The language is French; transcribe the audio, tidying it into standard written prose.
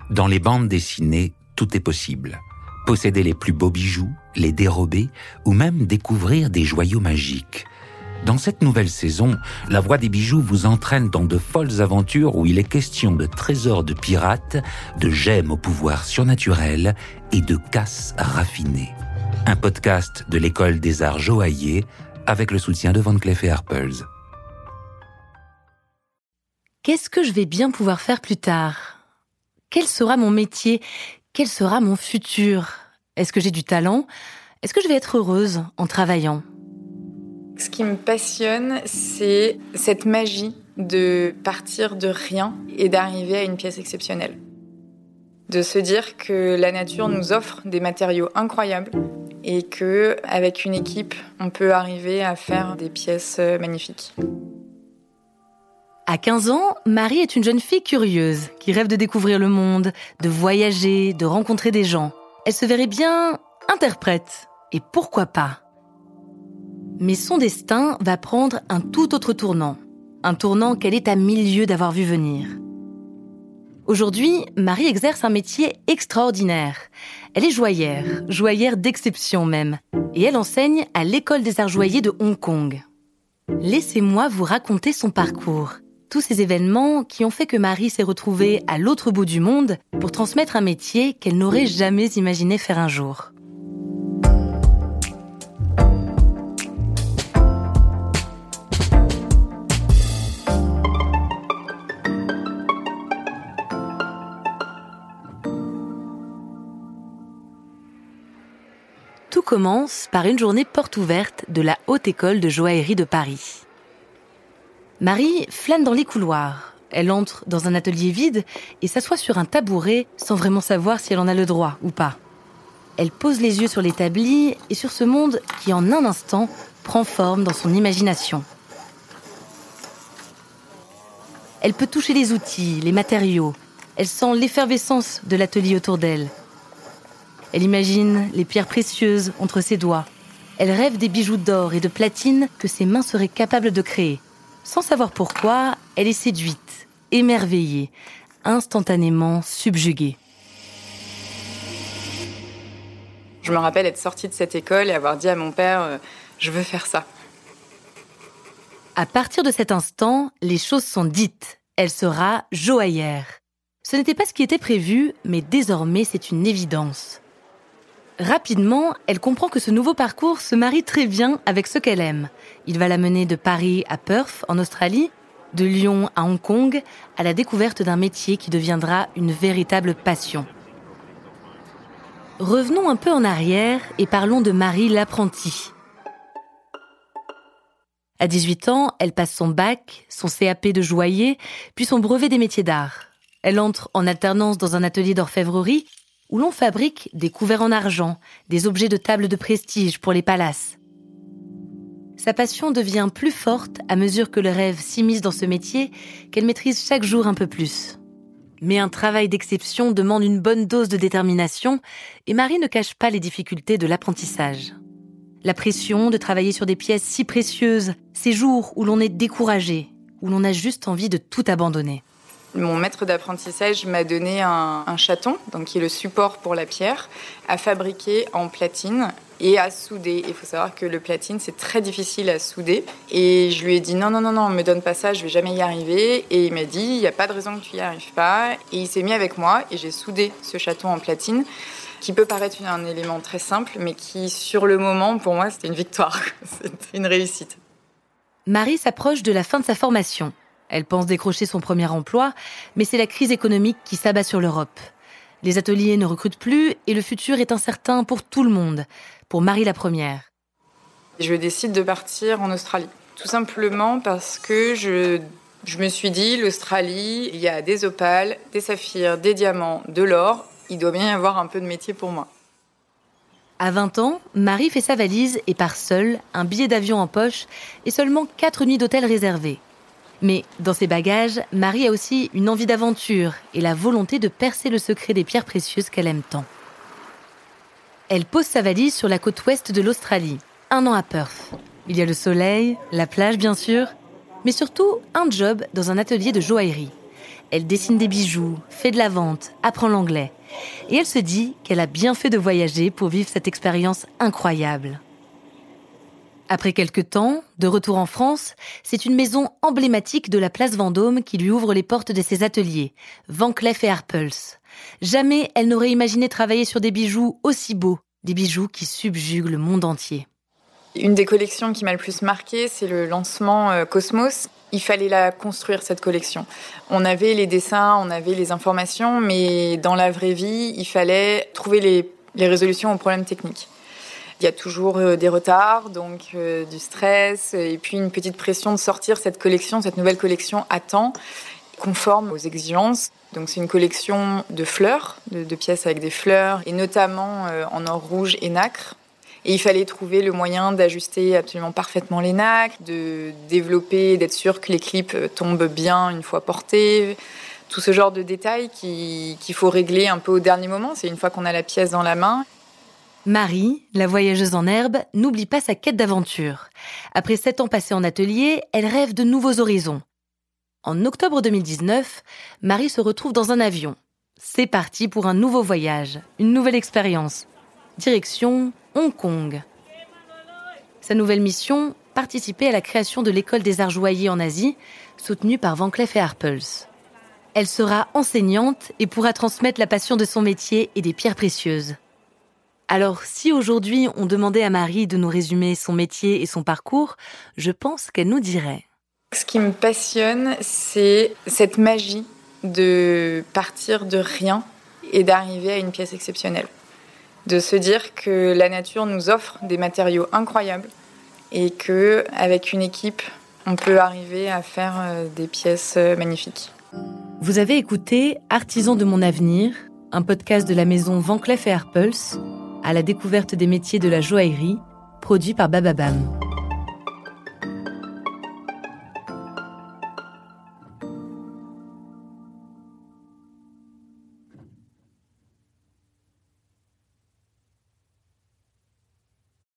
Dans les bandes dessinées, tout est possible. Posséder les plus beaux bijoux, les dérober ou même découvrir des joyaux magiques. Dans cette nouvelle saison, La Voix des bijoux vous entraîne dans de folles aventures où il est question de trésors de pirates, de gemmes au pouvoir surnaturel et de casses raffinées. Un podcast de l'École des Arts Joaillier avec le soutien de Van Cleef & Arpels. Qu'est-ce que je vais bien pouvoir faire plus tard ? Quel sera mon métier ? Quel sera mon futur ? Est-ce que j'ai du talent ? Est-ce que je vais être heureuse en travaillant ? Ce qui me passionne, c'est cette magie de partir de rien et d'arriver à une pièce exceptionnelle. De se dire que la nature nous offre des matériaux incroyables et qu'avec une équipe, on peut arriver à faire des pièces magnifiques. À 15 ans, Marie est une jeune fille curieuse qui rêve de découvrir le monde, de voyager, de rencontrer des gens. Elle se verrait bien interprète. Et pourquoi pas ? Mais son destin va prendre un tout autre tournant. Un tournant qu'elle est à 1000 lieues d'avoir vu venir. Aujourd'hui, Marie exerce un métier extraordinaire. Elle est joaillère d'exception même. Et elle enseigne à l'École des Arts Joailliers de Hong Kong. Laissez-moi vous raconter son parcours. Tous ces événements qui ont fait que Marie s'est retrouvée à l'autre bout du monde pour transmettre un métier qu'elle n'aurait jamais imaginé faire un jour. Tout commence par une journée porte ouverte de la Haute École de Joaillerie de Paris. Marie flâne dans les couloirs. Elle entre dans un atelier vide et s'assoit sur un tabouret sans vraiment savoir si elle en a le droit ou pas. Elle pose les yeux sur l'établi et sur ce monde qui, en un instant, prend forme dans son imagination. Elle peut toucher les outils, les matériaux. Elle sent l'effervescence de l'atelier autour d'elle. Elle imagine les pierres précieuses entre ses doigts. Elle rêve des bijoux d'or et de platine que ses mains seraient capables de créer. Sans savoir pourquoi, elle est séduite, émerveillée, instantanément subjuguée. Je me rappelle être sortie de cette école et avoir dit à mon père « je veux faire ça ». À partir de cet instant, les choses sont dites. Elle sera joaillère. Ce n'était pas ce qui était prévu, mais désormais c'est une évidence. Rapidement, elle comprend que ce nouveau parcours se marie très bien avec ce qu'elle aime. Il va la mener de Paris à Perth, en Australie, de Lyon à Hong Kong, à la découverte d'un métier qui deviendra une véritable passion. Revenons un peu en arrière et parlons de Marie l'apprentie. À 18 ans, elle passe son bac, son CAP de joaillier, puis son brevet des métiers d'art. Elle entre en alternance dans un atelier d'orfèvrerie où l'on fabrique des couverts en argent, des objets de table de prestige pour les palaces. Sa passion devient plus forte à mesure que le rêve s'immisce dans ce métier qu'elle maîtrise chaque jour un peu plus. Mais un travail d'exception demande une bonne dose de détermination et Marie ne cache pas les difficultés de l'apprentissage. La pression de travailler sur des pièces si précieuses, ces jours où l'on est découragé, où l'on a juste envie de tout abandonner. Mon maître d'apprentissage m'a donné un chaton, donc qui est le support pour la pierre, à fabriquer en platine et à souder. Il faut savoir que le platine, c'est très difficile à souder. Et je lui ai dit non, me donne pas ça, je vais jamais y arriver. Et il m'a dit, il n'y a pas de raison que tu y arrives pas. Et il s'est mis avec moi et j'ai soudé ce chaton en platine, qui peut paraître un élément très simple, mais qui, sur le moment, pour moi, c'était une victoire. C'était une réussite. Marie s'approche de la fin de sa formation. Elle pense décrocher son premier emploi, mais c'est la crise économique qui s'abat sur l'Europe. Les ateliers ne recrutent plus et le futur est incertain pour tout le monde, pour Marie la première. Je décide de partir en Australie, tout simplement parce que je me suis dit, l'Australie, il y a des opales, des saphirs, des diamants, de l'or, il doit bien y avoir un peu de métier pour moi. À 20 ans, Marie fait sa valise et part seule, un billet d'avion en poche et seulement 4 nuits d'hôtel réservées. Mais dans ses bagages, Marie a aussi une envie d'aventure et la volonté de percer le secret des pierres précieuses qu'elle aime tant. Elle pose sa valise sur la côte ouest de l'Australie, 1 an à Perth. Il y a le soleil, la plage bien sûr, mais surtout un job dans un atelier de joaillerie. Elle dessine des bijoux, fait de la vente, apprend l'anglais. Et elle se dit qu'elle a bien fait de voyager pour vivre cette expérience incroyable. Après quelques temps, de retour en France, c'est une maison emblématique de la place Vendôme qui lui ouvre les portes de ses ateliers, Van Cleef & Arpels. Jamais elle n'aurait imaginé travailler sur des bijoux aussi beaux, des bijoux qui subjuguent le monde entier. Une des collections qui m'a le plus marquée, c'est le lancement Cosmos. Il fallait la construire, cette collection. On avait les dessins, on avait les informations, mais dans la vraie vie, il fallait trouver les résolutions aux problèmes techniques. Il y a toujours des retards, donc du stress, et puis une petite pression de sortir cette collection, cette nouvelle collection à temps, conforme aux exigences. Donc c'est une collection de fleurs, de pièces avec des fleurs, et notamment en or rouge et nacre. Et il fallait trouver le moyen d'ajuster absolument parfaitement les nacres, de développer, d'être sûr que les clips tombent bien une fois portés. Tout ce genre de détails qu'il faut régler un peu au dernier moment, c'est une fois qu'on a la pièce dans la main. Marie, la voyageuse en herbe, n'oublie pas sa quête d'aventure. Après 7 ans passés en atelier, elle rêve de nouveaux horizons. En octobre 2019, Marie se retrouve dans un avion. C'est parti pour un nouveau voyage, une nouvelle expérience. Direction Hong Kong. Sa nouvelle mission, participer à la création de l'école des arts joailliers en Asie, soutenue par Van Cleef & Arpels. Elle sera enseignante et pourra transmettre la passion de son métier et des pierres précieuses. Alors, si aujourd'hui on demandait à Marie de nous résumer son métier et son parcours, je pense qu'elle nous dirait. Ce qui me passionne, c'est cette magie de partir de rien et d'arriver à une pièce exceptionnelle. De se dire que la nature nous offre des matériaux incroyables et qu'avec une équipe, on peut arriver à faire des pièces magnifiques. Vous avez écouté Artisans de mon avenir, un podcast de la maison Van Cleef & Arpels, à la découverte des métiers de la joaillerie, produit par Bababam.